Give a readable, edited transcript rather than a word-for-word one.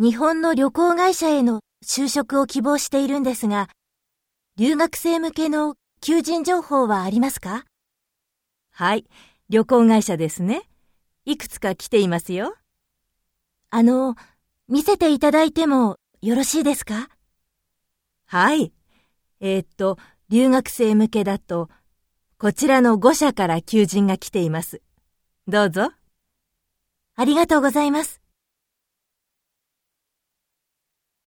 日本の旅行会社への就職を希望しているんですが、留学生向けの求人情報はありますか？ はい、旅行会社ですね。いくつか来ていますよ。 見せていただいてもよろしいですか？ はい。留学生向けだと、こちらの5社から求人が来ています。どうぞ。 ありがとうございます。